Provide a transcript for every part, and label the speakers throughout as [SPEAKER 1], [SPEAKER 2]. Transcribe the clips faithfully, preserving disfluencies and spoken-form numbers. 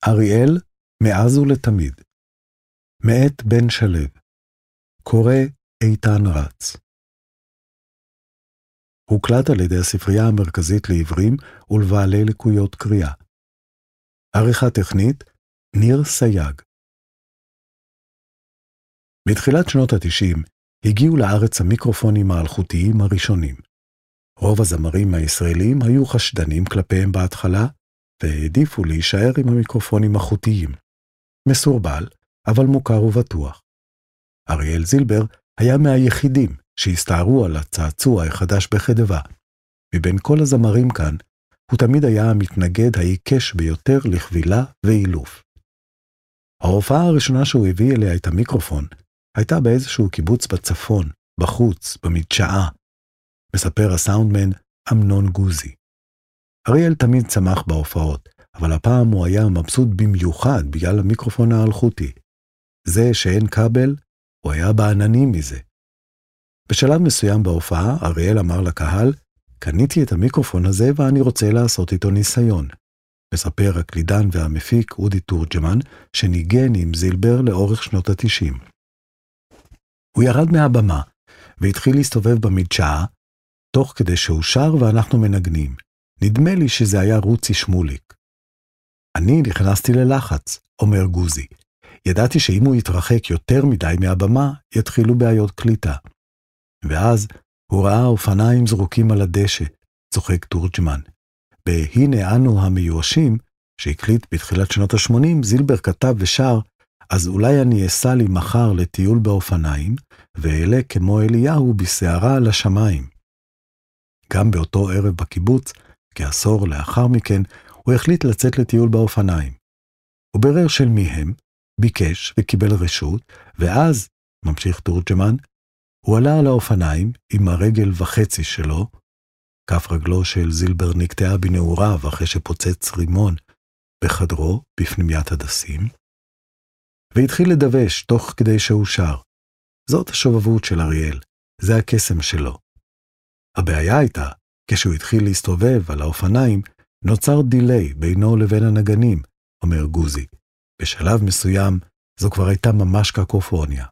[SPEAKER 1] אריאל, מאז ולתמיד. מאת בן שלו. קורא איתן רץ. הוקלט על ידי הספרייה המרכזית לעברים ולבעלי לקויות קריאה. עריכה טכנית, ניר סייג. בתחילת שנות ה-תשעים הגיעו לארץ המיקרופונים האלחוטיים הראשונים. רוב הזמרים הישראלים היו חשדנים כלפיהם בהתחלה, והעדיפו להישאר עם המיקרופונים החוטיים. מסורבל, אבל מוכר ובטוח. אריאל זילבר היה מהיחידים שהסתערו על הצעצוע החדש בחדווה. מבין כל הזמרים כאן, הוא תמיד היה המתנגד העיקש ביותר לכבילה ואילוף. ההופעה הראשונה שהוא הביא אליה את המיקרופון, הייתה באיזשהו קיבוץ בצפון, בחוץ, במדשאה. מספר הסאונדמן אמנון גוזי. אריאל תמיד צמח בהופעות, אבל הפעם הוא היה מבסוט במיוחד בגלל המיקרופון האלחוטי. זה שאין כבל, הוא היה בעננים מזה. בשלב מסוים בהופעה, אריאל אמר לקהל, קניתי את המיקרופון הזה ואני רוצה לעשות איתו ניסיון. מספר הקלידן והמפיק אודי תורג'מן, שניגן עם זילבר לאורך שנות ה-תשעים. הוא ירד מהבמה, והתחיל להסתובב במדשאה, תוך כדי שהוא שר ואנחנו מנגנים. נדמה לי שזה היה רוצי שמוליק. אני נכנסתי ללחץ, אומר גוזי. ידעתי שאם הוא יתרחק יותר מדי מהבמה, יתחילו בעיות קליטה. ואז הוא ראה אופניים זרוקים על הדשא, צוחק תורג'מן. בהנה אנו המיואשים, שהקליט בתחילת שנות ה-שמונים, זילבר כתב ושר, אז אולי אני אסע לי מחר לטיול באופניים, ואלה כמו אליהו בסערה על השמיים. גם באותו ערב בקיבוץ, כעשור לאחר מכן, הוא החליט לצאת לטיול באופניים. הוא ברר של מי הם, ביקש וקיבל רשות, ואז, ממשיך תורג'מן, הוא עלה על האופניים עם הרגל וחצי שלו, כף רגלו של זילבר נקטעה בנעוריו אחרי שפוצץ רימון בחדרו בפנימיית הדסים, והתחיל לדווש תוך כדי שהוא שר. זאת השובבות של אריאל, זה הקסם שלו. הבעיה הייתה, כשהוא התחיל להסתובב על האופניים, נוצר דילי בינו לבין הנגנים, אומר גוזי. בשלב מסוים, זו כבר הייתה ממש קקופוניה.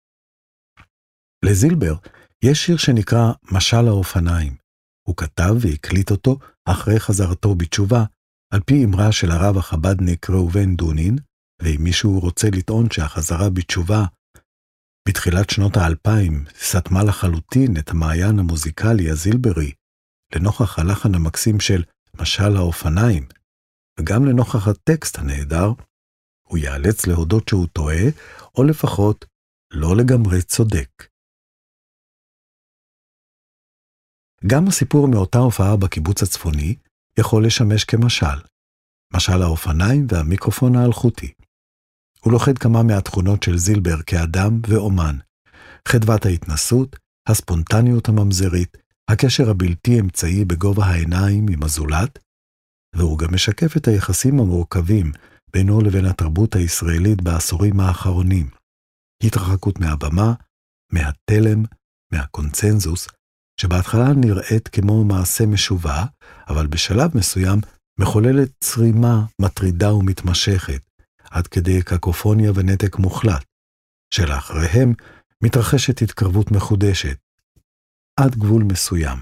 [SPEAKER 1] לזילבר יש שיר שנקרא משל האופניים. הוא כתב והקליט אותו אחרי חזרתו בתשובה, על פי אמרה של הרב החבדניק ראובן דונין, ואם מישהו רוצה לטעון שהחזרה בתשובה בתחילת שנות האלפיים סתמה לחלוטין את המעיין המוזיקלי הזילברי, לנוכח הלחן המקסים של משל האופניים, וגם לנוכח הטקסט הנהדר, הוא יאלץ להודות שהוא טועה, או לפחות לא לגמרי צודק. גם הסיפור מאותה הופעה בקיבוץ הצפוני יכול לשמש כמשל, משל האופניים והמיקרופון האלחוטי. הוא לוחד כמה מהתכונות של זילבר כאדם ואומן, חדוות ההתנסות, הספונטניות הממזרית, הקשר הבלתי אמצעי בגובה העיניים עם הזולת, והוא גם משקף את היחסים המורכבים בינו לבין התרבות הישראלית בעשורים האחרונים. התרחקות מהבמה, מהתלם, מהקונצנזוס, שבהתחלה נראית כמו מעשה משובע, אבל בשלב מסוים מחוללת צרימה מטרידה ומתמשכת, עד כדי קקופוניה ונתק מוחלט, שלאחריהם מתרחשת התקרבות מחודשת, עד גבול מסוים.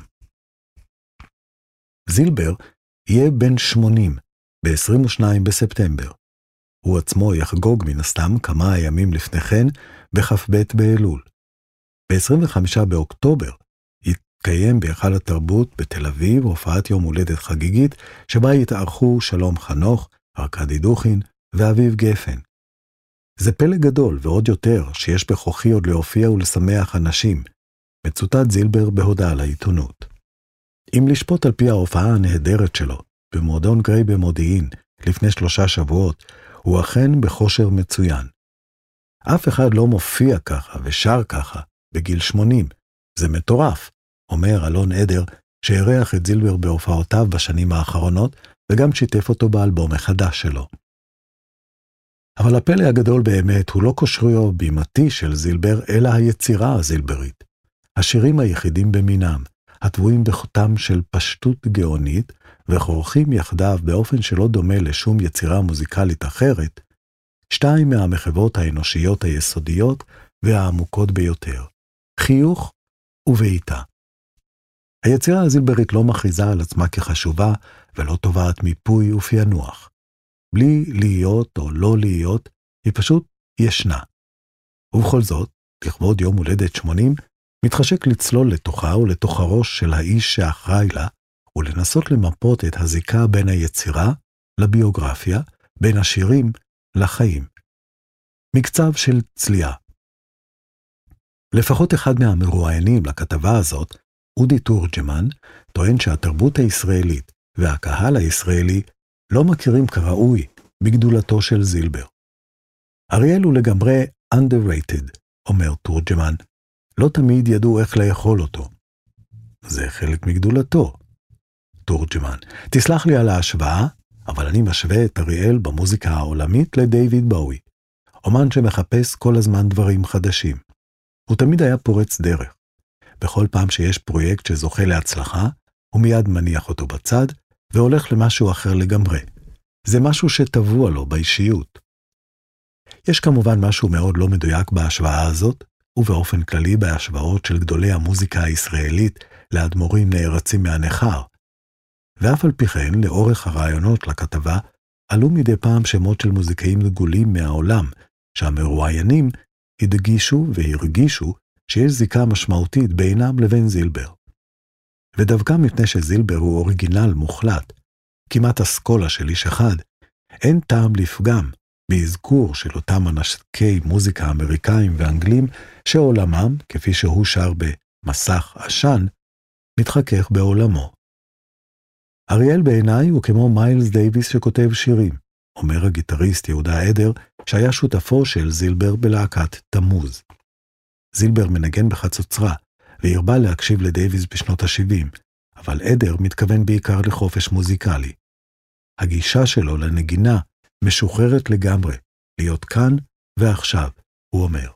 [SPEAKER 1] זילבר יהיה בן שמונים ב-עשרים ושניים בספטמבר. הוא עצמו יחגוג מן הסתם כמה הימים לפני כן בכ"ב באלול. ב-עשרים וחמישה באוקטובר יתקיים בהיכל התרבות בתל אביב הופעת יום הולדת חגיגית שבה יתארחו שלום חנוך, ארכדי דוכין ואביב גפן. זה פלא גדול ועוד יותר שיש בכוחי עוד להופיע ולשמח אנשים, מצוטט זילבר בהודעה לעיתונות. אם לשפוט על פי ההופעה הנהדרת שלו, במועדון גריי במודיעין, לפני שלושה שבועות, הוא אכן בכושר מצוין. אף אחד לא מופיע ככה ושר ככה, בגיל שמונים. זה מטורף, אומר אלון עדר, שהריח את זילבר בהופעותיו בשנים האחרונות, וגם שיתף אותו באלבום החדש שלו. אבל הפלא הגדול באמת הוא לא כושרו בימתי של זילבר, אלא היצירה הזילברית. השירים היחידים במינם, הטבועים בחותם של פשטות גאונית, וכורכים יחדיו באופן שלא דומה לשום יצירה מוזיקלית אחרת, שתיים מהמחוות האנושיות היסודיות והעמוקות ביותר, חיוך ובעיטה. היצירה הזילברית לא מכריזה על עצמה כחשובה ולא תובעת מיפוי ופענוח. בלי להיות או לא להיות, היא פשוט ישנה. ובכל זאת, לכבוד יום הולדת שמונים, מתחשק לצלול לתוכה ולתוך הראש של האיש שאחראי לה, ולנסות למפות את הזיקה בין היצירה לביוגרפיה, בין השירים לחיים. מקצב של צליעה. לפחות אחד מהמרואיינים לכתבה הזאת, אודי תורג'מן, טוען שהתרבות הישראלית והקהל הישראלי לא מכירים כראוי בגדולתו של זילבר. אריאל הוא לגמרי underrated, אומר תורג'מן, לא תמיד ידעו איך לאכול אותו. זה חלק מגדולתו. תורג'מן, תסלח לי על ההשוואה, אבל אני משווה את אריאל במוזיקה העולמית לדייוויד באוי, אומן שמחפש כל הזמן דברים חדשים. הוא תמיד היה פורץ דרך. בכל פעם שיש פרויקט שזוכה להצלחה, הוא מיד מניח אותו בצד, והולך למשהו אחר לגמרי. זה משהו שטבוע לו באישיות. יש כמובן משהו מאוד לא מדויק בהשוואה הזאת, ובאופן כללי בהשוואות של גדולי המוזיקה הישראלית לאדמו"רים נערצים מהנחר. ואף על פי כן, לאורך הרעיונות לכתבה, עלו מדי פעם שמות של מוזיקאים דגולים מהעולם, שהמרואיינים הדגישו והרגישו שיש זיקה משמעותית בינם לבין זילבר. ודווקא מפני שזילבר הוא אוריגינל מוחלט, כמעט אסכולה של איש אחד, אין טעם לפגם באזכור של אותם אנשי מוזיקה אמריקאים ואנגלים שעולמם, כפי שהוא שר במסך עשן, מתחכך בעולמו. אריאל בעיניי הוא כמו מיילס דייוויס שכותב שירים, אומר הגיטריסט יהודה עדר, שהיה שותפו של זילבר בלהקת תמוז. זילבר מנגן בחצוצרה, והרבה להקשיב לדייוויס בשנות ה-שבעים, אבל עדר מתכוון בעיקר לחופש מוזיקלי. הגישה שלו לנגינה משוחררת לגמרי, להיות כאן ועכשיו, הוא אומר.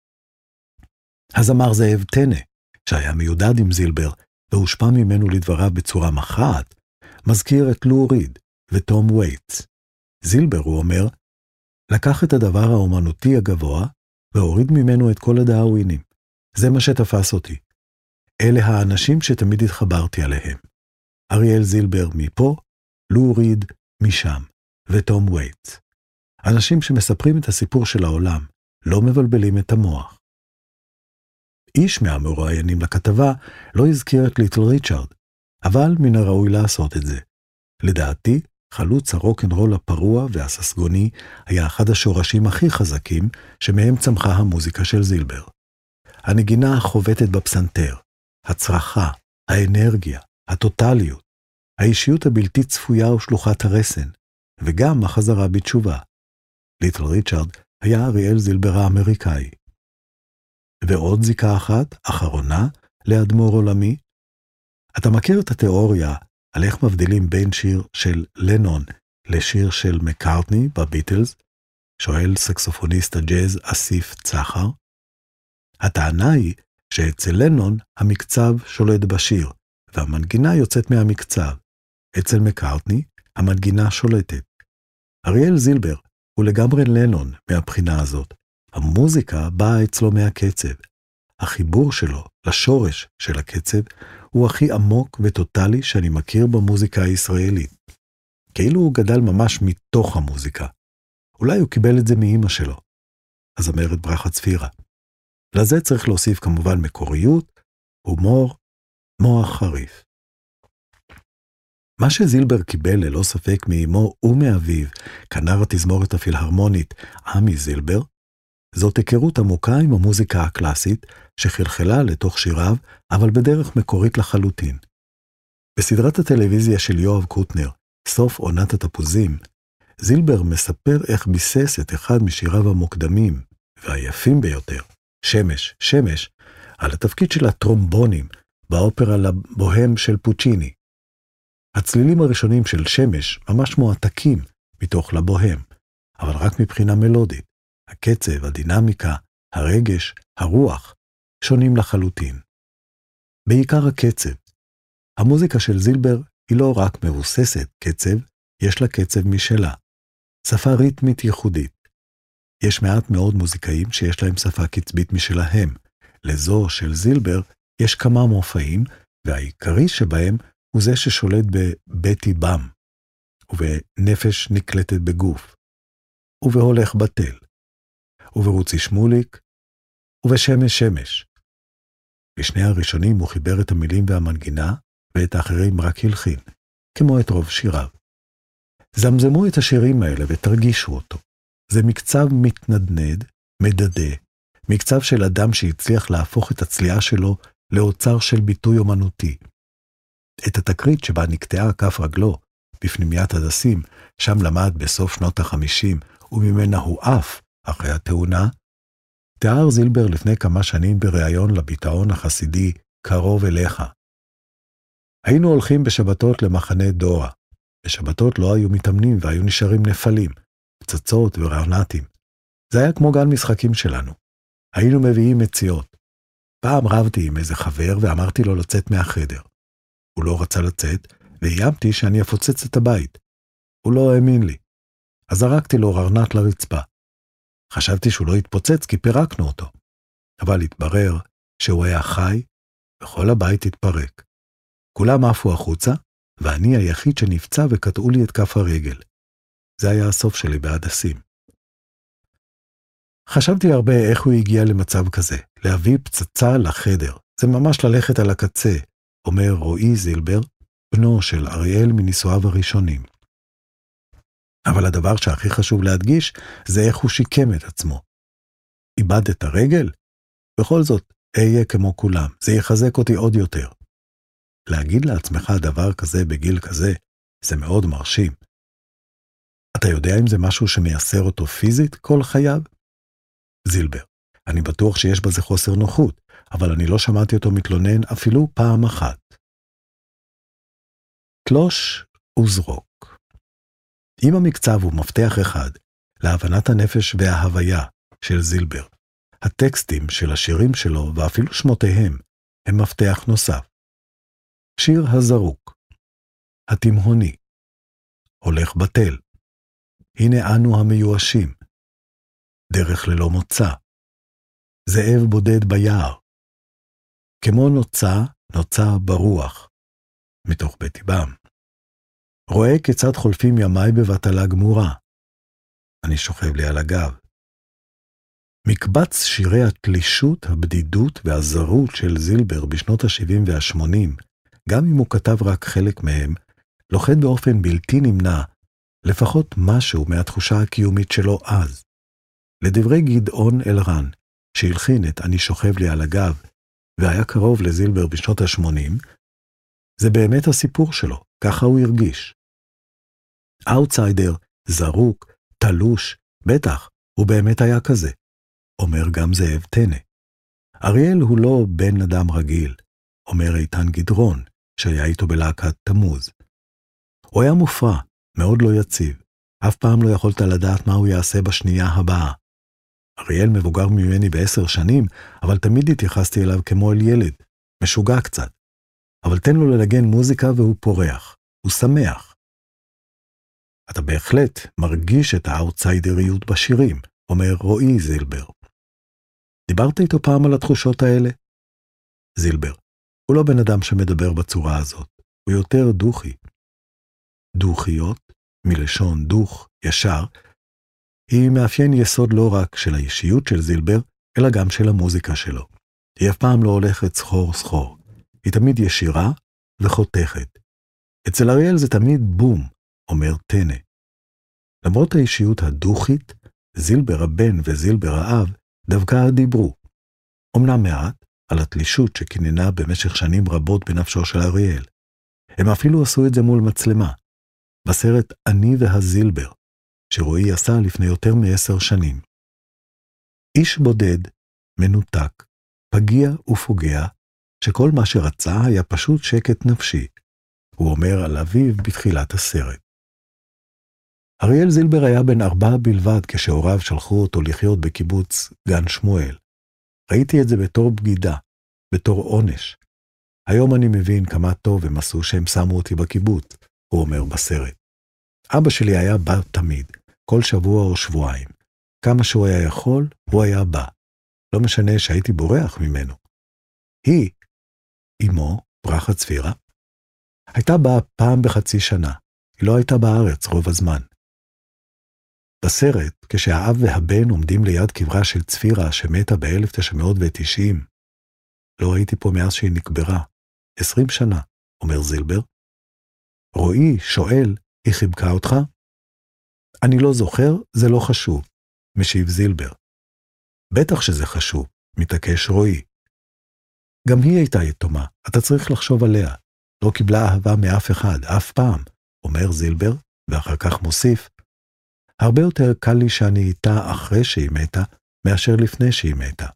[SPEAKER 1] הזמר זאב טנא, שהיה מיודד עם זילבר, והושפע ממנו לדבריו בצורה מכרעת, מזכיר את לו ריד וטום וייטס. זילבר, הוא אומר, לקח את הדבר האומנותי הגבוה, והוריד ממנו את כל הדאווינים. זה מה שתפס אותי. אלה האנשים שתמיד התחברתי עליהם. אריאל זילבר מפה, לו ריד משם, וטום וייטס. אנשים שמספרים את הסיפור של העולם, לא מבלבלים את המוח. איש מהמרואיינים לכתבה לא הזכיר את ליטל ריצ'רד, אבל מן הראוי לעשות את זה. לדעתי, חלוץ הרוקנרול הפרוע והססגוני היה אחד השורשים הכי חזקים שמהם צמחה המוזיקה של זילבר. הנגינה החובטת בפסנתר, הצרחה, האנרגיה, הטוטליות, האישיות הבלתי צפויה ושלוחת הרסן, וגם החזרה בתשובה. ליטל ריצ'רד היה אריאל זילבר האמריקאי. ועוד זיקה אחת, אחרונה, לאדמו"ר עולמי. אתה מכיר את התיאוריה על איך מבדילים בין שיר של לנון לשיר של מקארטני בביטלס? שואל סקסופוניסט הג'אז אסיף צחר. הטענה היא שאצל לנון המקצב שולט בשיר, והמנגינה יוצאת מהמקצב. אצל מקארטני המנגינה שולטת. אריאל זילבר הוא לגמרי לנון מהבחינה הזאת. המוזיקה באה אצלו מהקצב. החיבור שלו לשורש של הקצב הוא הכי עמוק וטוטלי שאני מכיר במוזיקה הישראלית. כאילו הוא גדל ממש מתוך המוזיקה. אולי הוא קיבל את זה מאמא שלו. אז אמרת ברכה צפירה. לזה צריך להוסיף כמובן מקוריות, הומור, מוח חריף. מה שזילבר קיבל ללא ספק מאמו ומאביו, כנר התזמורת הפילהרמונית עמי זילבר, זאת היכרות עמוקה עם המוזיקה הקלאסית שחלחלה לתוך שיריו, אבל בדרך מקורית לחלוטין. בסדרת הטלוויזיה של יואב קוטנר, סוף עונת התפוזים, זילבר מספר איך ביסס את אחד משיריו המוקדמים והיפים ביותר, שמש, שמש, על התפקיד של הטרומבונים באופרה לבוהם של פוצ'יני. הצלילים הראשונים של שמש ממש מועתקים מתוך לבוהם, אבל רק מבחינה מלודית. הקצב, הדינמיקה, הרגש, הרוח, שונים לחלוטין. בעיקר הקצב. המוזיקה של זילבר היא לא רק מבוססת קצב, יש לה קצב משלה. שפה ריתמית ייחודית. יש מעט מאוד מוזיקאים שיש להם שפה קצבית משלהם. לזו של זילבר יש כמה מופעים, והעיקרי שבהם הוא זה ששולט בבטי בם, ובנפש נקלטת בגוף, ובהולך בטל, וברוצי שמוליק, ובשמש שמש. בשני הראשונים הוא חיבר את המילים והמנגינה, ואת האחרים רק הלחין, כמו את רוב שיריו. זמזמו את השירים האלה ותרגישו אותו. זה מקצב מתנדנד, מדדה, מקצב של אדם שהצליח להפוך את הצליעה שלו לאוצר של ביטוי אומנותי. את התקרית שבה נקטעה כף רגלו, בפנימיית הדסים, שם למד בסוף שנות החמישים, וממנה הוא אף אחרי התאונה, תיאר זילבר לפני כמה שנים בריאיון לביטאון החסידי קרוב אליך. היינו הולכים בשבתות למחנה דורה. בשבתות לא היו מתאמנים והיו נשארים נפלים, פצצות ורענתים. זה היה כמו גן משחקים שלנו. היינו מביאים מציאות. פעם רבתי עם איזה חבר ואמרתי לו לצאת מהחדר. הוא לא רצה לצאת, ואיימתי שאני אפוצץ את הבית. הוא לא האמין לי. אז זרקתי לו רענת לרצפה. חשבתי שהוא לא יתפוצץ כי פירקנו אותו. אבל התברר שהוא היה חי, וכל הבית התפרק. כולם עפו החוצה, ואני היחיד שנפצע וקטעו לי את כף הרגל. זה היה הסוף שלי בהדסים. חשבתי הרבה איך הוא הגיע למצב כזה, להביא פצצה לחדר. זה ממש ללכת על הקצה, אומר רועי זילבר, בנו של אריאל מנישואיו הראשונים. אבל הדבר שהכי חשוב להדגיש, זה איך הוא שיקם את עצמו. איבד את הרגל? בכל זאת, אהיה כמו כולם, זה יחזק אותי עוד יותר. להגיד לעצמך דבר כזה בגיל כזה, זה מאוד מרשים. אתה יודע אם זה משהו שמייסר אותו פיזית כל חייו? זילבר, אני בטוח שיש בזה חוסר נוחות, אבל אני לא שמעתי אותו מתלונן אפילו פעם אחת. תלוש וזרוק. אם המקצב הוא מפתח אחד להבנת הנפש וההוויה של זילבר, הטקסטים של השירים שלו ואפילו שמותיהם הם מפתח נוסף. שיר הזרוק, התימהוני, הולך בטל, הנה אנו המיואשים, דרך ללא מוצא, זאב בודד ביער, כמו נוצה, נוצה ברוח, מתוך בית איבם. רואה כיצד חולפים ימיי בבטלה גמורה, אני שוכב לי על הגב. מקבץ שירי התלישות, הבדידות והזרות של זילבר בשנות ה-שבעים וה-שמונים, גם אם הוא כתב רק חלק מהם, לוחד באופן בלתי נמנע, לפחות משהו מהתחושה הקיומית שלו אז. לדברי גדעון אלרן, שהלחין את אני שוכב לי על הגב, והיה קרוב לזילבר בשנות ה-שמונים, זה באמת הסיפור שלו, ככה הוא הרגיש. אאוטסיידר, זרוק, תלוש, בטח, הוא באמת היה כזה, אומר גם זאב טנא. אריאל הוא לא בן אדם רגיל, אומר איתן גדרון, שהיה איתו בלהקת תמוז. הוא היה מופרע, מאוד לא יציב, אף פעם לא יכולת לדעת מה הוא יעשה בשנייה הבאה. אריאל מבוגר ממני בעשר שנים, אבל תמיד התייחסתי אליו כמו אל ילד, משוגע קצת. אבל תן לו לנגן מוזיקה והוא פורח, הוא שמח. אתה בהחלט מרגיש את האאוטסיידריות בשירים, אומר רועי זילבר. דיברת איתו פעם על התחושות האלה? זילבר, הוא לא בן אדם שמדבר בצורה הזאת, הוא יותר דוחי. דוחיות, מלשון דוח, ישר, היא מאפיין יסוד לא רק של האישיות של זילבר, אלא גם של המוזיקה שלו. היא אף פעם לא הולכת סחור סחור. היא תמיד ישירה וחותכת. אצל אריאל זה תמיד בום, אומר טנא. למרות האישיות הדוחית, זילבר הבן וזילבר האב דווקא דיברו. אמנם מעט על התלישות שכיננה במשך שנים רבות בנפשו של אריאל. הם אפילו עשו את זה מול מצלמה, בסרט אני והזילבר, שרועי עשה לפני יותר מעשר שנים. איש בודד, מנותק, פגיע ופוגע, שכל מה שרצה היה פשוט שקט נפשי, הוא אומר על אביו בתחילת הסרט. אריאל זילבר היה בן ארבע בלבד כשהוריו שלחו אותו לחיות בקיבוץ גן שמואל. ראיתי את זה בתור בגידה, בתור עונש. היום אני מבין כמה טוב הם עשו שהם שמו אותי בקיבוץ, הוא אומר בסרט. אבא שלי היה בא תמיד, כל שבוע או שבועיים. כמה שהוא היה יכול, הוא היה בא. לא משנה שהייתי בורח ממנו. היא, אמו, ברכה צפירה, הייתה באה פעם בחצי שנה. היא לא הייתה בארץ רוב הזמן. בסרט, כשהאב והבן עומדים ליד קברה של צפירה שמתה ב-אלף תשע מאות תשעים, לא הייתי פה מאז שהיא נקברה. עשרים שנה, אומר זילבר. רועי שואל, היא חיבקה אותך? אני לא זוכר, זה לא חשוב, משיב זילבר. בטח שזה חשוב, מתעקש רועי. גם היא הייתה יתומה, אתה צריך לחשוב עליה. לא קיבלה אהבה מאף אחד, אף פעם, אומר זילבר, ואחר כך מוסיף. הרבה יותר קל לי שאני איתה אחרי שהיא מתה, מאשר לפני שהיא מתה.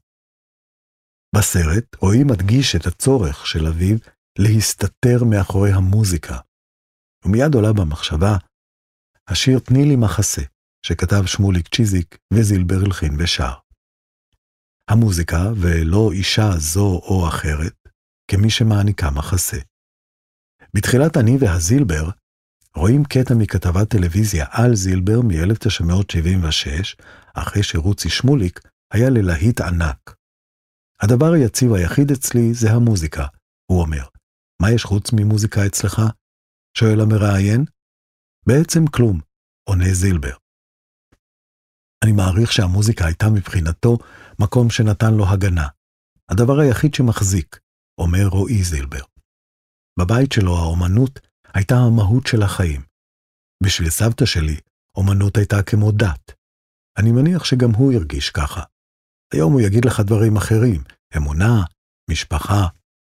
[SPEAKER 1] בסרט, רועי מדגיש את הצורך של אביו להסתתר מאחורי המוזיקה. ומיד עולה במחשבה, השיר תני לי מחסה, שכתב שמוליק צ'יזיק וזילבר הלחין ושר. המוזיקה, ולא אישה זו או אחרת, כמי שמעניקה מחסה. בתחילת אני והזילבר, רואים קטע מכתבת טלוויזיה על זילבר מ-אלף תשע מאות שבעים ושש, אחרי שרוצי שמוליק היה ללהיט ענק. הדבר היציב היחיד אצלי זה המוזיקה, הוא אומר. מה יש חוץ ממוזיקה אצלך? שואל המראיין. בעצם כלום, עונה זילבר. אני מעריך שהמוזיקה הייתה מבחינתו מקום שנתן לו הגנה. הדבר היחיד שמחזיק, אומר רועי זילבר. בבית שלו האומנות הייתה המהות של החיים. בשביל סבתא שלי, אומנות הייתה כמו דת. אני מניח שגם הוא הרגיש ככה. היום הוא יגיד לך דברים אחרים, אמונה, משפחה.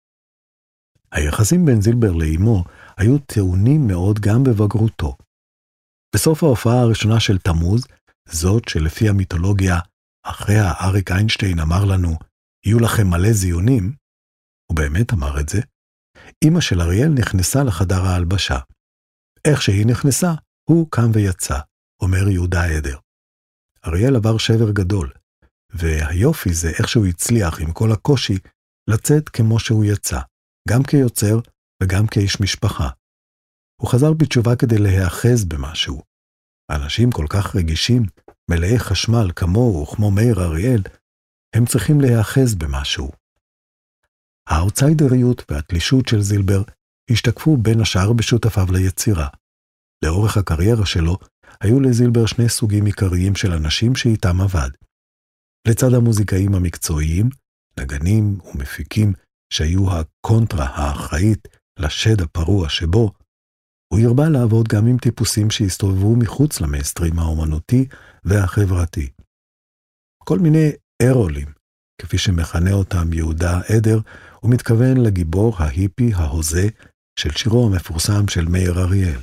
[SPEAKER 1] היחסים בין זילבר לאמו היו טעונים מאוד גם בבגרותו. בסוף ההופעה הראשונה של תמוז, זאת שלפי המיתולוגיה, אחריה אריק איינשטיין אמר לנו, יהיו לכם מלא זיונים, הוא באמת אמר את זה, אמא של אריאל נכנסה לחדר ההלבשה. איך שהיא נכנסה, הוא קם ויצא, אומר יהודה עדר. אריאל עבר שבר גדול, והיופי זה איך שהוא הצליח עם כל הקושי לצאת כמו שהוא יצא, גם כיוצר וגם כאיש משפחה. הוא חזר בתשובה כדי להיאחז במשהו. אנשים כל כך רגישים, מלאי חשמל כמוהו וכמו מאיר אריאל, הם צריכים להיאחז במשהו. האאוטסיידריות והתלישות של זילבר השתקפו בין השאר בשותפיו ליצירה. לאורך הקריירה שלו היו לזילבר שני סוגים עיקריים של אנשים שאיתם עבד. לצד המוזיקאים המקצועיים, נגנים ומפיקים שהיו הקונטרה האחראית לשד הפרוע שבו, הוא הרבה לעבוד גם עם טיפוסים שהסתובבו מחוץ למיינסטרים האומנותי והחברתי. כל מיני אירולים, כפי שמכנה אותם יהודה עדר, הוא מתכוון לגיבור ההיפי ההוזה של שירו המפורסם של מאיר אריאל.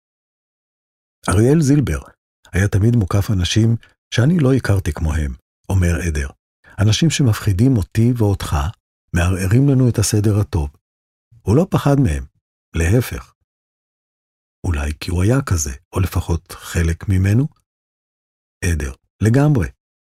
[SPEAKER 1] אריאל זילבר היה תמיד מוקף אנשים שאני לא הכרתי כמוהם, אומר עדר. אנשים שמפחידים אותי ואותך, מערערים לנו את הסדר הטוב. הוא לא פחד מהם, להפך. אולי כי הוא היה כזה, או לפחות חלק ממנו? עדר, לגמרי.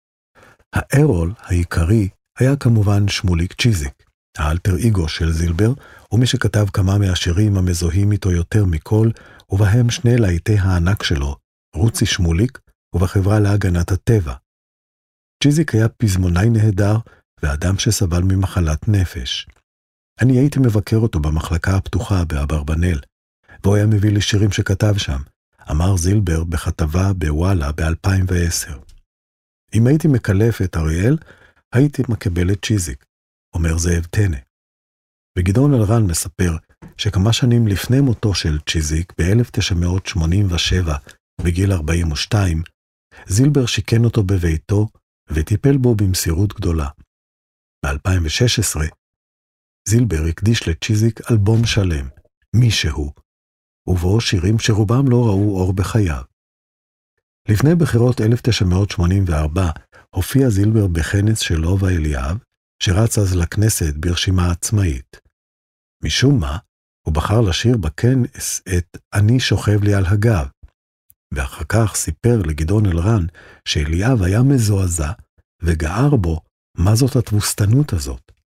[SPEAKER 1] הארול העיקרי היה כמובן שמוליק צ'יזיק, האלטר איגו של זילבר, ומי שכתב כמה מהשירים המזוהים איתו יותר מכל, ובהם שני להיטי הענק שלו, רוצי שמוליק, ובחברה להגנת הטבע. צ'יזיק היה פזמונאי נהדר, ואדם שסבל ממחלת נפש. אני הייתי מבקר אותו במחלקה הפתוחה באברבנל, והוא היה מביא לי שירים שכתב שם, אמר זילבר בכתבה בוואלה ב-אלפיים ועשר. אם הייתי מקלף את אריאל, הייתי מקבל את צ'יזיק, אומר זאב טנא. וגדעון אלרן מספר שכמה שנים לפני מותו של צ'יזיק, ב-אלף תשע מאות שמונים ושבע, בגיל ארבעים ושתיים, זילבר שיקן אותו בביתו, וטיפל בו במסירות גדולה. ב-אלפיים ושש עשרה, זילבר הקדיש לצ'יזיק אלבום שלם, מישהו, ובו שירים שרובם לא ראו אור בחייו. לפני בחירות אלף תשע מאות שמונים וארבע, הופיע זילבר בכנס של לובה אליאב, שרץ אז לכנסת ברשימה עצמאית. משום מה, הוא בחר לשיר בכנס את "אני שוכב לי על הגב", ואחר כך סיפר לגדעון אלרן שאליאב היה מזועזע, וגער בו מה זאת התבוסתנות הזאת.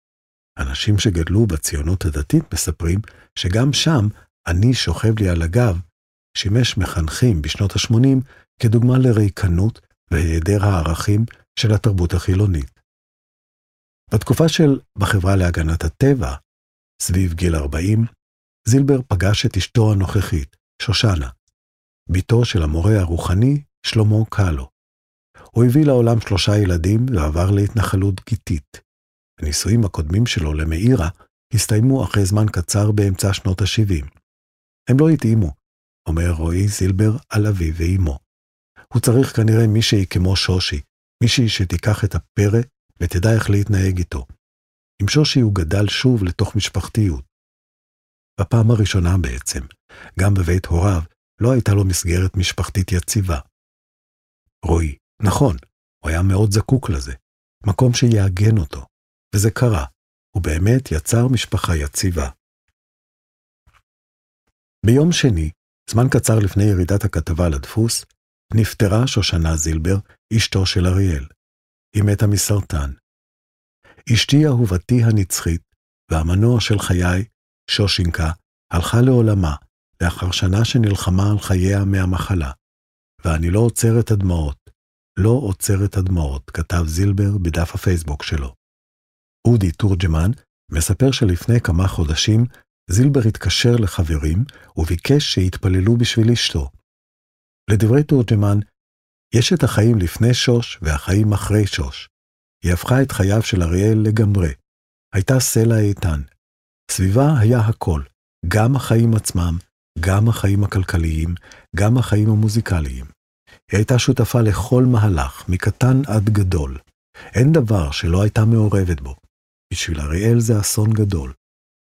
[SPEAKER 1] אנשים שגדלו בציונות הדתית מספרים שגם שם אני שוכב לי על הגב, שימש מחנכים בשנות ה-שמונים כדוגמה לריקנות והיעדר הערכים של התרבות החילונית. בתקופה של בחברה להגנת הטבע, סביב גיל ארבעים, זילבר פגש את אשתו הנוכחית, שושנה, ביתו של המורה הרוחני שלמה קאלו. הוא הביא לעולם שלושה ילדים ועבר להתנחלות גיתית. הנישואים הקודמים שלו למאירה הסתיימו אחרי זמן קצר באמצע שנות ה-שבעים. הם לא התאימו, אומר רועי זילבר על אביו ואימו. הוא צריך כנראה מישהי כמו שושי, מישהי שתיקח את הפרא ותדע איך להתנהג איתו. עם שושי הוא גדל שוב לתוך משפחתיות. בפעם הראשונה בעצם, גם בבית הוריו, לא הייתה לו מסגרת משפחתית יציבה. רועי, נכון, הוא היה מאוד זקוק לזה, מקום שיאגן אותו, וזה קרה, הוא באמת יצר משפחה יציבה. ביום שני, זמן קצר לפני ירידת הכתבה לדפוס, נפטרה שושנה זילבר, אשתו של אריאל. היא מתה מסרטן. אשתי אהובתי הנצחית, והמנוע של חיי, שושינקה, הלכה לעולמה, לאחר שנה שנלחמה על חייה מהמחלה. ואני לא עוצר את הדמעות, לא עוצר את הדמעות, כתב זילבר בדף הפייסבוק שלו. אודי תורג'מן מספר שלפני כמה חודשים, זילבר התקשר לחברים וביקש שיתפללו בשביל אשתו. לדברי תורג'מן, יש את החיים לפני שוש והחיים אחרי שוש. היא הפכה את חייו של אריאל לגמרי. הייתה סלע איתן. סביבה היה הכל, גם החיים עצמם, גם החיים הכלכליים, גם החיים המוזיקליים. היא הייתה שותפה לכל מהלך, מקטן עד גדול. אין דבר שלא הייתה מעורבת בו. בשביל אריאל זה אסון גדול.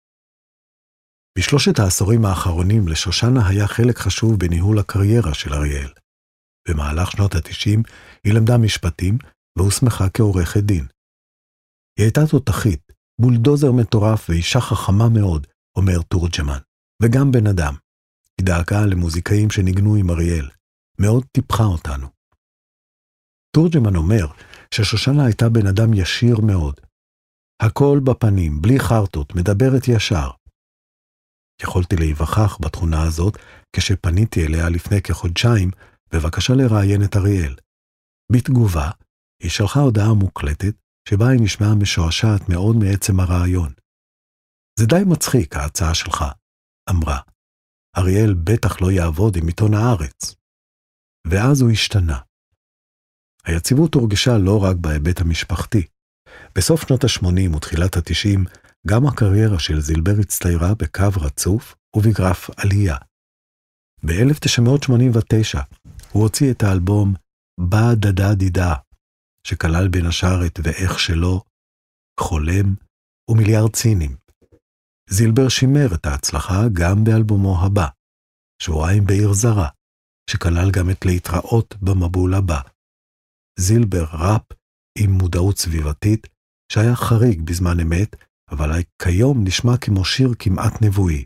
[SPEAKER 1] בשלושת העשורים האחרונים לשושנה היה חלק חשוב בניהול הקריירה של אריאל. במהלך שנות ה-תשעים היא למדה משפטים והוסמכה כעורכת דין. היא הייתה תותחית, בולדוזר מטורף ואישה חכמה מאוד, אומר תורג'מן, וגם בן אדם. היא דאגה למוזיקאים שניגנו עם אריאל, מאוד טיפחה אותנו. תורג'מן אומר ששושנה הייתה בן אדם ישיר מאוד. הכל בפנים, בלי חרטות, מדברת ישר. יכולתי להיווכח בתכונה הזאת כשפניתי אליה לפני כחודשיים בבקשה לראיין את אריאל. בתגובה, היא שלחה הודעה מוקלטת שבה היא נשמעה משועשעת מאוד מעצם הרעיון. זה די מצחיק ההצעה שלך, אמרה. אריאל בטח לא יעבוד עם עיתון הארץ. ואז הוא השתנה. היציבות הורגשה לא רק בהיבט המשפחתי. בסוף שנות ה-שמונים ותחילת ה-תשעים, גם הקריירה של זילבר הצטיירה בקו רצוף ובגרף עלייה. ב-אלף תשע מאות שמונים ותשע הוא הוציא את האלבום בא דדה דידה, שכלל בין השאר את ואיך שלו, חולם ומיליארד צינים. זילבר שימר את ההצלחה גם באלבומו הבא, שבועיים בעיר זרה, שכלל גם את להתראות במבול הבא. זילבר ראפ עם מודעות סביבתית, שהיה חריג בזמן אמת, אבל כיום נשמע כמו שיר כמעט נבואי.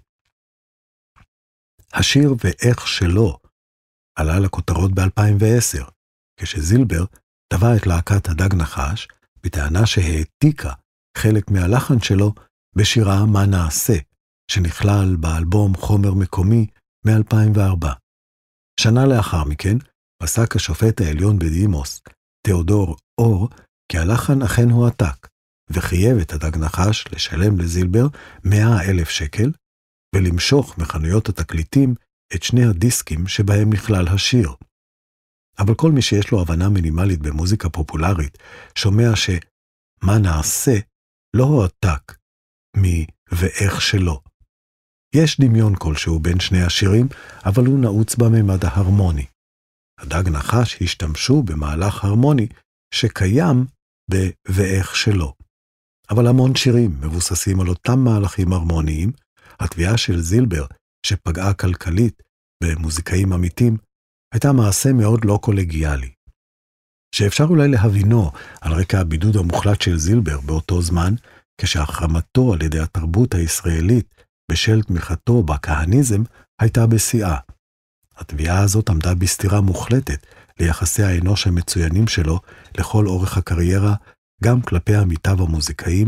[SPEAKER 1] השיר ואיך שלו עלה לכותרות ב-אלפיים ועשר, כשזילבר טבע את להקת הדג נחש, בטענה שהעתיקה חלק מהלחן שלו בשירה מה נעשה, שנכלל באלבום חומר מקומי מ-אלפיים וארבע. שנה לאחר מכן, פסק השופט העליון בדימוס, תיאודור אור, כי הלחן אכן הועתק, וחייב את הדג נחש לשלם לזילבר מאה אלף שקל, ולמשוך מחנויות התקליטים את שני הדיסקים שבהם נכלל השיר. אבל כל מי שיש לו הבנה מינימלית במוזיקה פופולרית, שומע שמה נעשה לא הועתק מי ואיך שלו. יש דמיון כלשהו בין שני השירים, אבל הוא נעוץ בממד ההרמוני. הדג נחש השתמשו במהלך הרמוני שקיים ב- ואיך שלו. אבל המון שירים מבוססים על אותם מהלכים הרמוניים. התביעה של זילבר, שפגעה כלכלית במוזיקאים אמיתים, הייתה מעשה מאוד לא קולגיאלי. שאפשר אולי להבינו על רקע הבידוד המוחלט של זילבר באותו זמן, כשהחרמתו על ידי התרבות הישראלית בשל תמיכתו בכהניזם הייתה בשיאה. התביעה הזאת עמדה בסתירה מוחלטת ליחסי האנוש המצוינים שלו לכל אורך הקריירה, גם כלפי עמיתיו המוזיקאים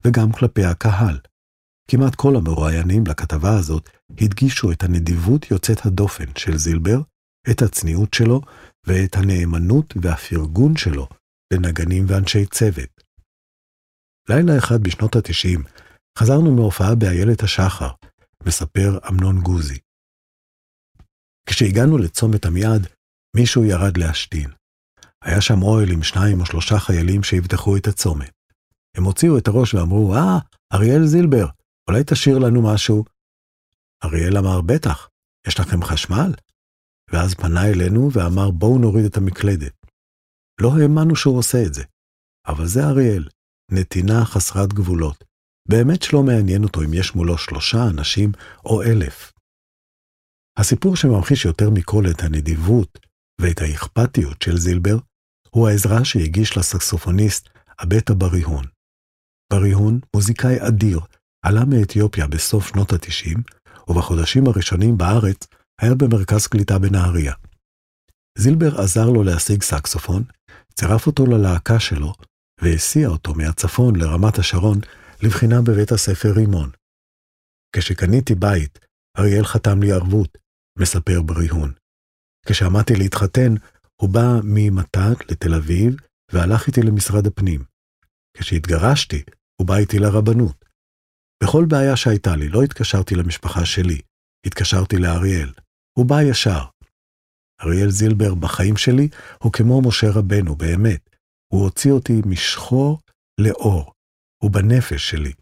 [SPEAKER 1] וגם כלפי הקהל. כמעט כל המרואיינים לכתבה הזאת הדגישו את הנדיבות יוצאת הדופן של זילבר, את הצניעות שלו ואת הנאמנות והפרגון שלו לנגנים ואנשי צוות. לילה אחד בשנות ה-תשעים חזרנו מהופעה באיילת השחר, מספר אמנון גוזי. כשהגענו לצומת עמיעד, מישהו ירד להשתין. היה שם אוהל עם שניים או שלושה חיילים שיבטחו את הצומת. הם הוציאו את הראש ואמרו, אה, אריאל זילבר, אולי תשאיר לנו משהו? אריאל אמר, בטח, יש לכם חשמל? ואז פנה אלינו ואמר, בואו נוריד את המקלדת. לא האמנו שהוא עושה את זה. אבל זה אריאל, נתינה חסרת גבולות. באמת שלא מעניין אותו אם יש מולו שלושה אנשים או אלף. הסיפור שממחיש יותר מכל את הנדיבות ואת האכפתיות של זילבר, הוא העזרה שהגיש לסקסופוניסט אבטה בריהון. בריהון, מוזיקאי אדיר, עלה מאתיופיה בסוף שנות ה-תשעים, ובחודשים הראשונים בארץ היה במרכז קליטה בנהריה. זילבר עזר לו להשיג סקסופון, צירף אותו ללהקה שלו, והסיע אותו מהצפון לרמת השרון לבחינה בבית הספר רימון. כשקניתי בית, אריאל חתם לי ערבות, מספר בריהון. כשעמדתי להתחתן, הוא בא ממתת לתל אביב והלך איתי למשרד הפנים. כשהתגרשתי, הוא בא איתי לרבנות. בכל בעיה שהייתה לי, לא התקשרתי למשפחה שלי, התקשרתי לאריאל. הוא בא ישר. אריאל זילבר בחיים שלי הוא כמו משה רבנו, באמת. הוא הוציא אותי משחור לאור, הוא בנפש שלי.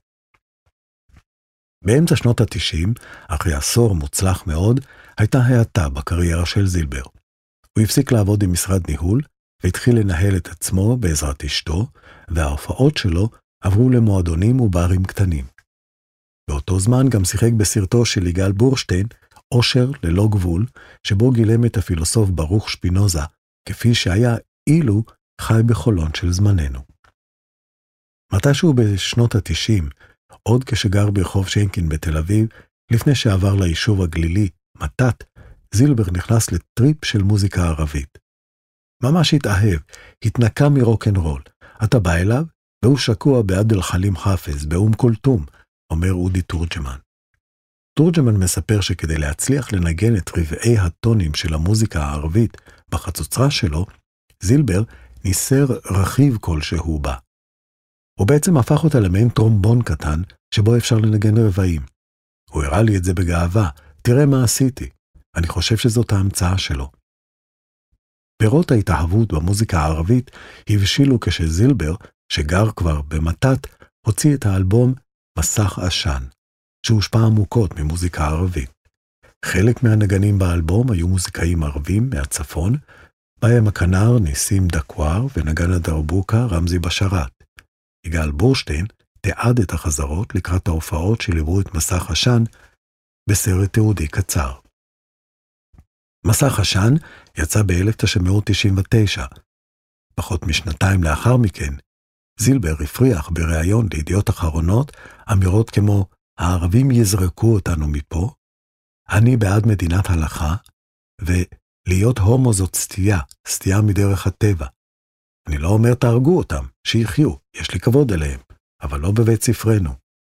[SPEAKER 1] באמצע שנות ה-תשעים, אחרי עשור מוצלח מאוד, הייתה האטה בקריירה של זילבר. הוא הפסיק לעבוד עם משרד ניהול, והתחיל לנהל את עצמו בעזרת אשתו, וההופעות שלו עברו למועדונים וברים קטנים. באותו זמן גם שיחק בסרטו של יגאל בורשטיין, אושר ללא גבול, שבו גילם את הפילוסוף ברוך שפינוזה, כפי שהיה אילו חי בחולון של זמננו. מתישהו בשנות ה-תשעים, עוד כשגר ברחוב שיינקין בתל אביב, לפני שעבר ליישוב הגלילי, מתת, זילבר נכנס לטריפ של מוזיקה ערבית. ממש התאהב, התנקה מרוקנרול. אתה בא אליו, והוא שקוע בעבד אל חלים חאפז, באום כולתום, אומר אודי תורג'מן. תורג'מן מספר שכדי להצליח לנגן את רבעי הטונים של המוזיקה הערבית בחצוצרה שלו, זילבר ניסר רכיב כלשהו בה. הוא בעצם הפך אותה למעין טרומבון קטן, שבו אפשר לנגן רבעים. הוא הראה לי את זה בגאווה, תראה מה עשיתי. אני חושב שזאת ההמצאה שלו. פירות ההתאהבות במוזיקה הערבית הבשילו כשזילבר, שגר כבר במתת, הוציא את האלבום מסך עשן, שהושפע עמוקות ממוזיקה ערבית. חלק מהנגנים באלבום היו מוזיקאים ערבים מהצפון, בהם הכנר ניסים דקואר ונגן הדרבוקה רמזי בשרת. יגאל בורשטיין תיעד את החזרות לקראת ההופעות שליוו את מסך עשן בסרט תיעודי קצר. מסך עשן יצא ב-אלף תשע מאות תשעים ותשע. פחות משנתיים לאחר מכן, זילבר הפריח בריאיון לידיעות אחרונות אמירות כמו הערבים יזרקו אותנו מפה, אני בעד מדינת הלכה, ולהיות הומו זאת סטייה, סטייה מדרך הטבע. אני לא אומר תהרגו אותם, שיחיו, יש לי כבוד אליהם, אבל לא בבית ספרנו.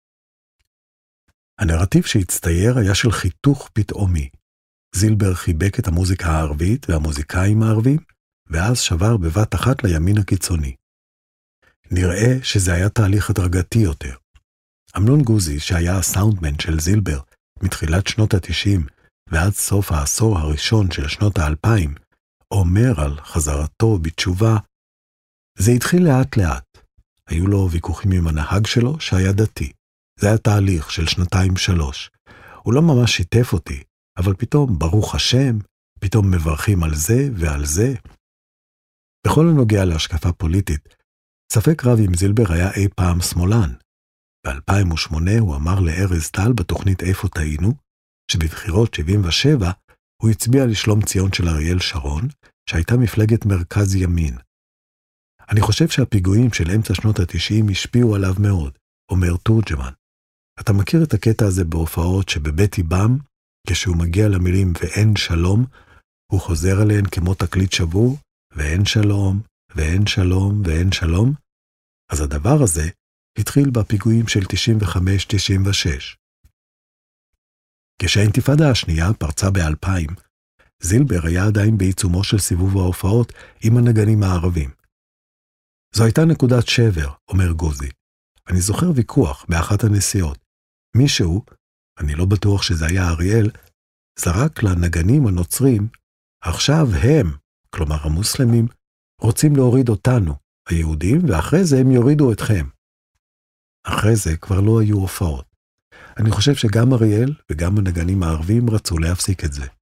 [SPEAKER 1] הנרטיב שהצטייר היה של חיתוך פתאומי. זילבר חיבק את המוזיקה הערבית והמוזיקאים הערבים, ואז שבר בבת אחת לימין הקיצוני. נראה שזה היה תהליך הדרגתי יותר. אמנון גוזי, שהיה הסאונדמן של זילבר מתחילת שנות ה-תשעים ועד סוף העשור הראשון של שנות ה-אלפיים, אומר על חזרתו בתשובה, זה התחיל לאט לאט. היו לו ויכוחים עם הנהג שלו שהיה דתי. זה היה תהליך של שנתיים שלוש. הוא לא ממש שיתף אותי, אבל פתאום ברוך השם, פתאום מברכים על זה ועל זה. בכל הנוגע להשקפה פוליטית, ספק רב אם זילבר היה אי פעם שמאלן. ב-אלפיים ושמונה הוא אמר לארז טל בתוכנית איפה טעינו, שבבחירות שבעים ושבע הוא הצביע לשלום ציון של אריאל שרון, שהייתה מפלגת מרכז ימין. אני חושב שהפיגועים של אמצע שנות ה-תשעים השפיעו עליו מאוד, אומר תורג'מן. אתה מכיר את הקטע הזה בהופעות שבבית איבם, כשהוא מגיע למילים ואין שלום, הוא חוזר עליהן כמו תקליט שבור, ואין שלום, ואין שלום, ואין שלום? אז הדבר הזה התחיל בפיגועים של תשעים וחמש תשעים ושש. כשהאינתיפאדה השנייה פרצה ב-אלפיים, זילבר היה עדיין בעיצומו של סיבוב ההופעות עם הנגנים הערבים. זו הייתה נקודת שבר, אומר גוזי. אני זוכר ויכוח באחת הנסיעות. מישהו, אני לא בטוח שזה היה אריאל, זרק לנגנים הנוצרים, עכשיו הם, כלומר המוסלמים, רוצים להוריד אותנו, היהודים, ואחרי זה הם יורידו אתכם. אחרי זה כבר לא היו הופעות. אני חושב שגם אריאל וגם הנגנים הערבים רצו להפסיק את זה.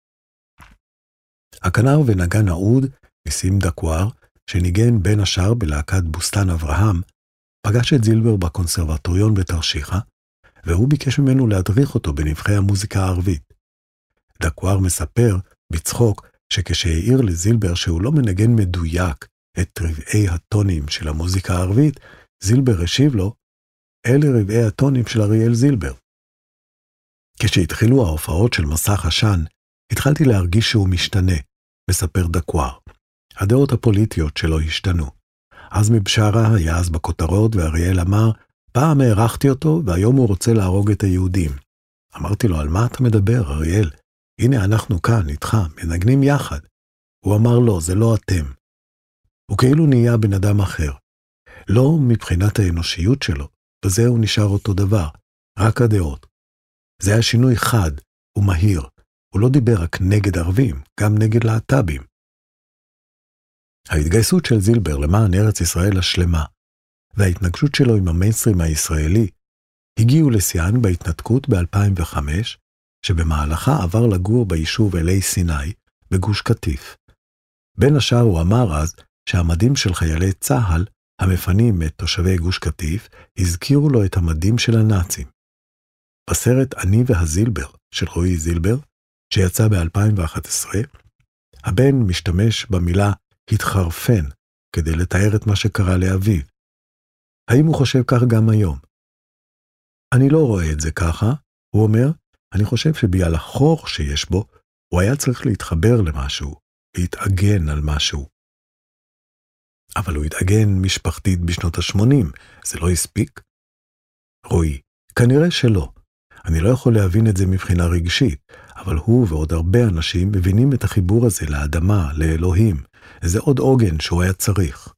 [SPEAKER 1] הכנר ונגן העוד, ניסים דקואר, שניגן בין השאר בלהקת בוסטן אברהם, פגש את זילבר בקונסרבטוריון בתרשיחא, והוא ביקש ממנו להדריך אותו בנבחי המוזיקה הערבית. דקואר מספר, בצחוק, שכשהעיר לזילבר שהוא לא מנגן מדויק את רבעי הטונים של המוזיקה הערבית, זילבר השיב לו, אלה רבעי הטונים של אריאל זילבר. כשהתחילו ההופעות של מסך עשן, התחלתי להרגיש שהוא משתנה, מספר דקואר. הדעות הפוליטיות שלו השתנו. עזמי בשארה היה אז בכותרות, ואריאל אמר, פעם הערכתי אותו, והיום הוא רוצה להרוג את היהודים. אמרתי לו, על מה אתה מדבר, אריאל? הנה אנחנו כאן, איתך, מנגנים יחד. הוא אמר לו, זה לא אתם. הוא כאילו נהיה בן אדם אחר. לא מבחינת האנושיות שלו, וזה הוא נשאר אותו דבר, רק הדעות. זה היה שינוי חד ומהיר. הוא לא דיבר רק נגד ערבים, גם נגד להט"בים. ההתגייסות של זילבר למען ארץ ישראל השלמה, וההתנגשות שלו עם המיינסטרים הישראלי, הגיעו לשיאן בהתנתקות ב-אלפיים וחמש, שבמהלכה עבר לגור ביישוב אלי סיני, בגוש קטיף. בין השאר הוא אמר אז שהמדים של חיילי צה"ל, המפנים את תושבי גוש קטיף, הזכירו לו את המדים של הנאצים. בסרט אני והזילבר של רועי זילבר, שיצא ב-אלפיים ואחת עשרה, הבן משתמש במילה התחרפן כדי לתאר את מה שקרה לאביו. האם הוא חושב כך גם היום? אני לא רואה את זה ככה, הוא אומר, אני חושב שבגלל החור שיש בו, הוא היה צריך להתחבר למשהו, להתאגן על משהו. אבל הוא התאגן משפחתית בשנות ה-שמונים, זה לא הספיק? רועי, כנראה שלא. אני לא יכול להבין את זה מבחינה רגשית, אבל הוא ועוד הרבה אנשים מבינים את החיבור הזה לאדמה, לאלוהים. זה עוד עוגן שהוא היה צריך.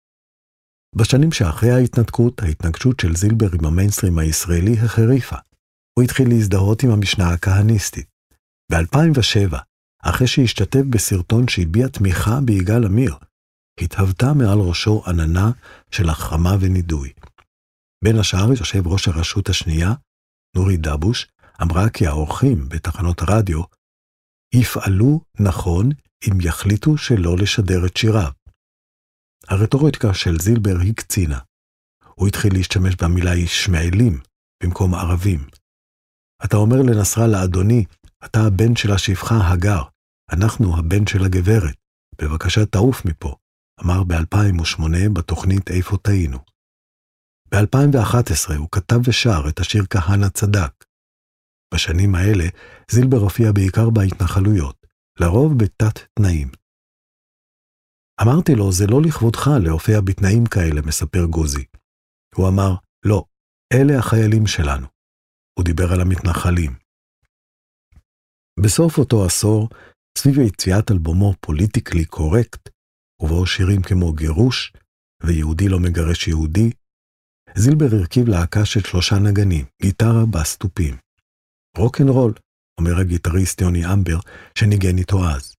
[SPEAKER 1] בשנים שאחרי ההתנתקות, ההתנגשות של זילבר עם המיינסטרים הישראלי החריפה. הוא התחיל להזדהות עם המשנה הכהניסטית. ב-אלפיים ושבע, אחרי שהשתתף בסרטון שהביע תמיכה ביגאל עמיר, התהוותה מעל ראשו עננה של החרמה ונידוי. בין השאר יושב ראש הרשות השנייה, נורי דבוש, אמרה כי האורחים בתחנות הרדיו יפעלו נכון אם יחליטו שלא לשדר את שיריו. הרטוריקה של זילבר היא קצינה. הוא התחיל להשתמש במילה ישמעאלים במקום ערבים. אתה אומר לנסראללה, אדוני, אתה הבן של השפחה הגר, אנחנו הבן של הגברת, בבקשה תעוף מפה, אמר ב-אלפיים ושמונה בתוכנית איפה טעינו. ב-אלפיים ואחת עשרה הוא כתב ושר את השיר כהנא צדק. בשנים האלה זילבר הופיע בעיקר בהתנחלויות, לרוב בתת תנאים. אמרתי לו, זה לא לכבודך להופיע בתנאים כאלה, מספר גוזי. הוא אמר, לא, אלה החיילים שלנו. הוא דיבר על המתנחלים. בסוף אותו עשור, סביב יציאת אלבומו פוליטיקלי קורקט, ובו שירים כמו גירוש, ויהודי לא מגרש יהודי, זילבר הרכיב להקה של שלושה נגנים, גיטרה בסטופים. רוק'נ'רול, אומר הגיטריסט יוני אמבר, שניגן איתו אז.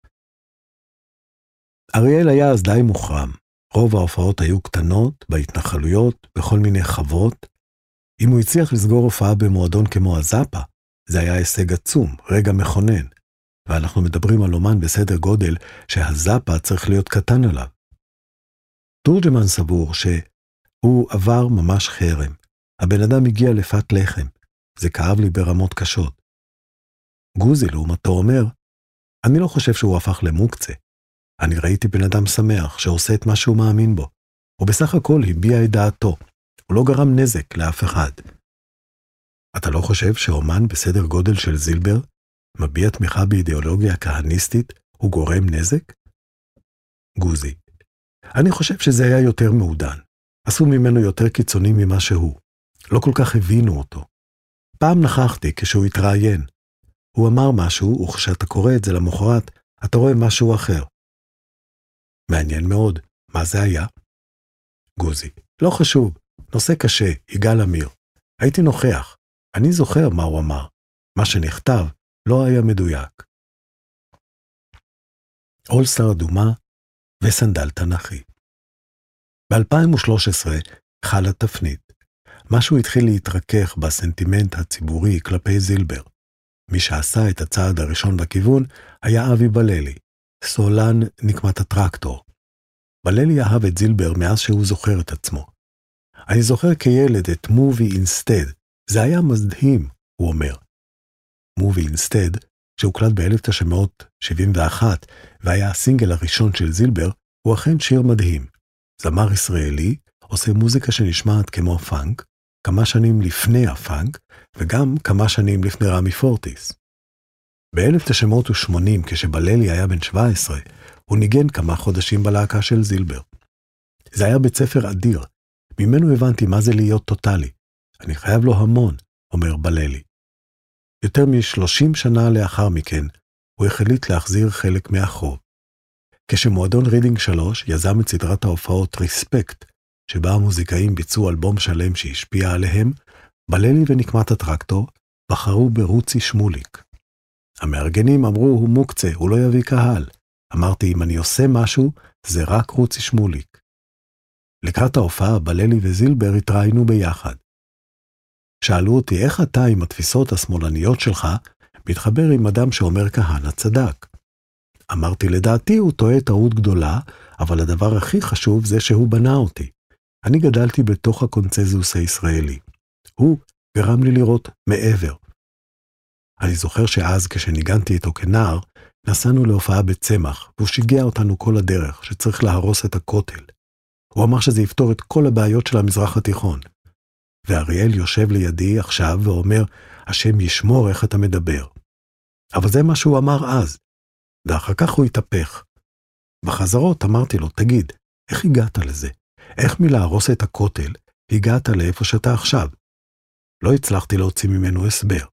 [SPEAKER 1] אריאל היה אז די מוחרם. רוב ההופעות היו קטנות, בהתנחלויות, בכל מיני חברות. אם הוא הצליח לסגור הופעה במועדון כמו הזאפה, זה היה הישג עצום, רגע מכונן. ואנחנו מדברים על אומן בסדר גודל שהזאפה צריך להיות קטן עליו. תורג'מן סבור שהוא עבר ממש חרם. הבן אדם הגיע לפת לחם. זה כאב לי ברמות קשות. גוזי לעומתו אומר, אני לא חושב שהוא הפך למוקצה. אני ראיתי בן אדם שמח שעושה את מה שהוא מאמין בו. הוא בסך הכל הביע את דעתו. הוא לא גרם נזק לאף אחד. אתה לא חושב שאומן בסדר גודל של זילבר מביע תמיכה באידיאולוגיה כהניסטית הוא גורם נזק? גוזי, אני חושב שזה היה יותר מעודן. עשו ממנו יותר קיצוני ממה שהוא. לא כל כך הבינו אותו. פעם נכחתי כשהוא התראיין. הוא אמר משהו, וכשאתה קורא את זה למחרת, אתה רואה משהו אחר. מעניין מאוד, מה זה היה? גוזי, לא חשוב, נושא קשה, יגאל עמיר. הייתי נוכח, אני זוכר מה הוא אמר. מה שנכתב לא היה מדויק. אולסטאר אדומה וסנדל תנכי. ב-אלפיים ושלוש עשרה חלה תפנית. משהו התחיל להתרכך בסנטימנט הציבורי כלפי זילבר. מי שעשה את הצעד הראשון בכיוון היה אבי בללי, סולן נקמת הטרקטור. בללי אהב את זילבר מאז שהוא זוכר את עצמו. אני זוכר כילד את Movie Instead. זה היה מדהים, הוא אומר. Movie Instead, שהוקלט ב-אלף תשע מאות שבעים ואחת והיה הסינגל הראשון של זילבר, הוא אכן שיר מדהים. זמר ישראלי עושה מוזיקה שנשמעת כמו פאנק, כמה שנים לפני הפאנק, וגם כמה שנים לפני רמי פורטיס. ב-אלף תשע מאות ושמונים, כשבללי היה בן שבע עשרה, הוא ניגן כמה חודשים בלהקה של זילבר. זה היה בית ספר אדיר, ממנו הבנתי מה זה להיות טוטלי. אני חייב לו המון, אומר בללי. יותר מ-שלושים שנה לאחר מכן, הוא החליט להחזיר חלק מהחוב. כשמועדון רידינג שלוש יזם את סדרת ההופעות ריספקט, שבה המוזיקאים ביצעו אלבום שלם שהשפיע עליהם, בללי ונקמת הטרקטור בחרו ברוצי שמוליק. המארגנים אמרו, הוא מוקצה, הוא לא יביא קהל. אמרתי, אם אני עושה משהו, זה רק רוצי שמוליק. לקראת ההופעה, בללי וזילבר התראינו ביחד. שאלו אותי, איך אתה עם התפיסות השמאלניות שלך מתחבר עם אדם שאומר כהנא צדק? אמרתי, לדעתי הוא טועה טעות גדולה, אבל הדבר הכי חשוב זה שהוא בנה אותי. אני גדלתי בתוך הקונצנזוס הישראלי. הוא גרם לי לראות מעבר. אני זוכר שאז כשניגנתי איתו כנער, נסענו להופעה בצמח, והוא שיגע אותנו כל הדרך שצריך להרוס את הכותל. הוא אמר שזה יפתור את כל הבעיות של המזרח התיכון. ואריאל יושב לידי עכשיו ואומר, השם ישמור איך אתה מדבר. אבל זה מה שהוא אמר אז. ואחר כך הוא התהפך. בחזרות אמרתי לו, תגיד, איך הגעת לזה? איך מלהרוס את הכותל הגעת לאיפה שאתה עכשיו? לא הצלחתי להוציא ממנו הסבר.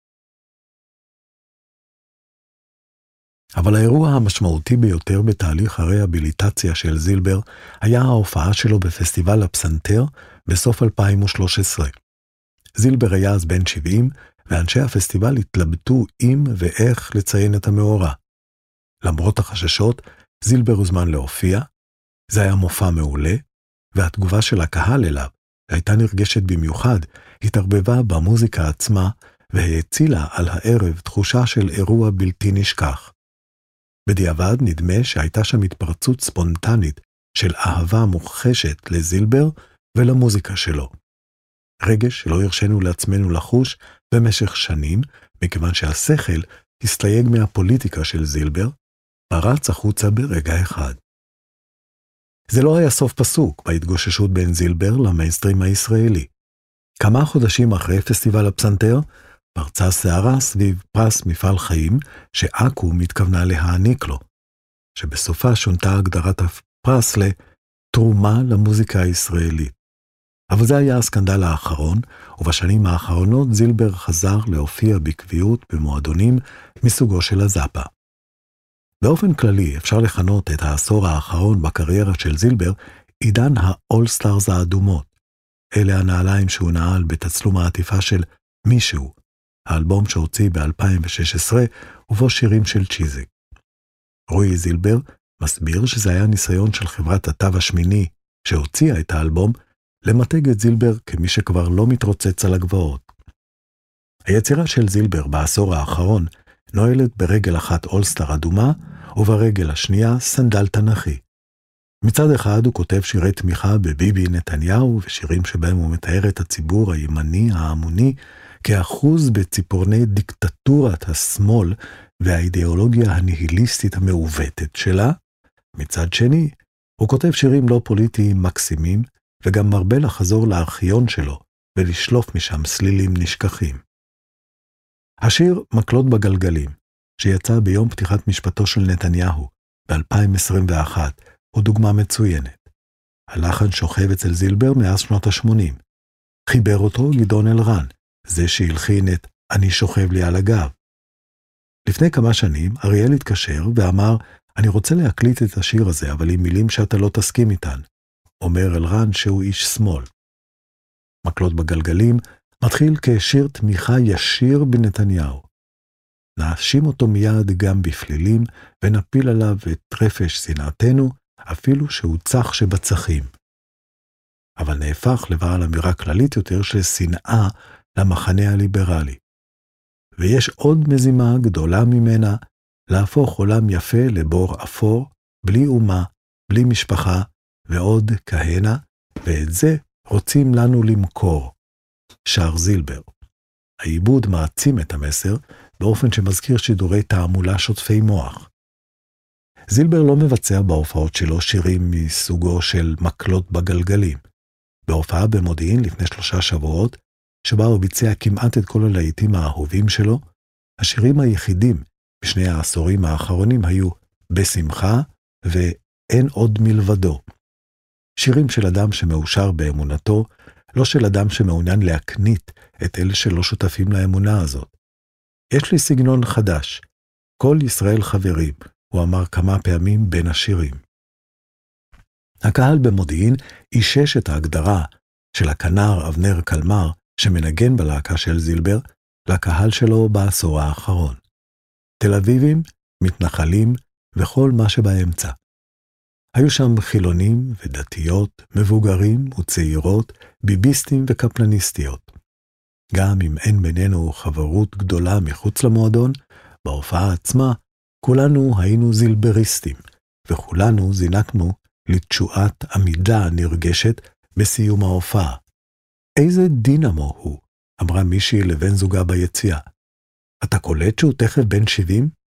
[SPEAKER 1] אבל האירוע המשמעותי ביותר בתהליך הרהביליטציה של זילבר היה ההופעה שלו בפסטיבל הפסנתר בסוף אלפיים ושלוש עשרה. זילבר היה אז בן שבעים, ואנשי הפסטיבל התלבטו אם ואיך לציין את המאורע. למרות החששות, זילבר הוזמן להופיע, זה היה מופע מעולה, והתגובה של הקהל אליו, שהייתה נרגשת במיוחד, התערבבה במוזיקה עצמה, והצילה על הערב תחושה של אירוע בלתי נשכח. בדיעבד נדמה שהייתה שם התפרצות ספונטנית של אהבה מוכחשת לזילבר ולמוזיקה שלו. רגש שלא הרשנו לעצמנו לחוש במשך שנים, מכיוון שהשכל הסתייג מהפוליטיקה של זילבר, פרץ החוצה ברגע אחד. זה לא היה סוף פסוק בהתגוששות בין זילבר למיינסטרים הישראלי. כמה חודשים אחרי פסטיבל הפסנתר, פרצה סערה סביב פרס מפעל חיים שאקו מתכוונה להעניק לו, שבסופה שונתה הגדרת הפרס לתרומה למוזיקה הישראלית. אבל זה היה הסקנדל האחרון, ובשנים האחרונות זילבר חזר להופיע בקביעות במועדונים מסוגו של הזאפה. באופן כללי אפשר לכנות את העשור האחרון בקריירה של זילבר עידן האול-סטארס האדומות. אלה הנעליים שהוא נעל בתצלום העטיפה של מישהו, האלבום שהוציא ב-אלפיים ושש עשרה ובו שירים של צ'יזיק. רועי זילבר מסביר שזה היה ניסיון של חברת התו השמיני שהוציאה את האלבום למתג את זילבר כמי שכבר לא מתרוצץ על הגבעות. היצירה של זילבר בעשור האחרון נועלת ברגל אחת אולסטאר אדומה וברגל השנייה סנדל תנכי. מצד אחד הוא כותב שירי תמיכה בביבי נתניהו ושירים שבהם הוא מתאר את הציבור הימני העמוני כאחוז בציפורני דיקטטורת השמאל והאידיאולוגיה הניהיליסטית המעוותת שלה. מצד שני, הוא כותב שירים לא פוליטיים מקסימים וגם מרבה לחזור לארכיון שלו ולשלוף משם סלילים נשכחים. השיר מקלות בגלגלים, שיצא ביום פתיחת משפטו של נתניהו ב-אלפיים עשרים ואחת, הוא דוגמה מצוינת. הלחן שוכב אצל זילבר מאז שנות ה-שמונים. חיבר אותו גדעון אלרן, זה שהלחין את "אני שוכב לי על הגב". לפני כמה שנים אריאל התקשר ואמר, אני רוצה להקליט את השיר הזה, אבל עם מילים שאתה לא תסכים איתן. אומר אלרן שהוא איש שמאל. מקלות בגלגלים מתחיל כשיר תמיכה ישיר בנתניהו. נאשים אותו מיד גם בפלילים, ונפיל עליו את רפש שנאתנו, אפילו שהוא צח שבצחים. אבל נהפך לבעל אמירה כללית יותר של שנאה למחנה הליברלי. ויש עוד מזימה גדולה ממנה, להפוך עולם יפה לבור אפור, בלי אומה, בלי משפחה, ועוד כהנה, ואת זה רוצים לנו למכור. שר זילבר. העיבוד מעצים את המסר, באופן שמזכיר שידורי תעמולה שוטפי מוח. זילבר לא מבצע בהופעות שלו שירים מסוגו של מקלות בגלגלים. בהופעה במודיעין לפני שלושה שבועות, שבה הוא ביצע כמעט את כל הלהיטים האהובים שלו, השירים היחידים בשני העשורים האחרונים היו בשמחה ואין עוד מלבדו. שירים של אדם שמאושר באמונתו, לא של אדם שמעוניין להקנית את אלה שלא שותפים לאמונה הזאת. יש לי סגנון חדש, כל ישראל חברים, הוא אמר כמה פעמים בין השירים. הקהל במודיעין אישש את ההגדרה של הכנר אבנר קלמר, שמנגן בלהקה של זילבר, לקהל שלו בעשור האחרון. תל אביבים, מתנחלים וכל מה שבאמצע. היו שם חילונים ודתיות, מבוגרים וצעירות, ביביסטים וקפלניסטיות. גם אם אין בינינו חברות גדולה מחוץ למועדון, בהופעה עצמה כולנו היינו זילבריסטים, וכולנו זינקנו לתשועת עמידה נרגשת בסיום ההופעה. איזה דינמו הוא, אמרה מישהי לבן זוגה ביציאה. אתה קולט שהוא תכף בן שבעים?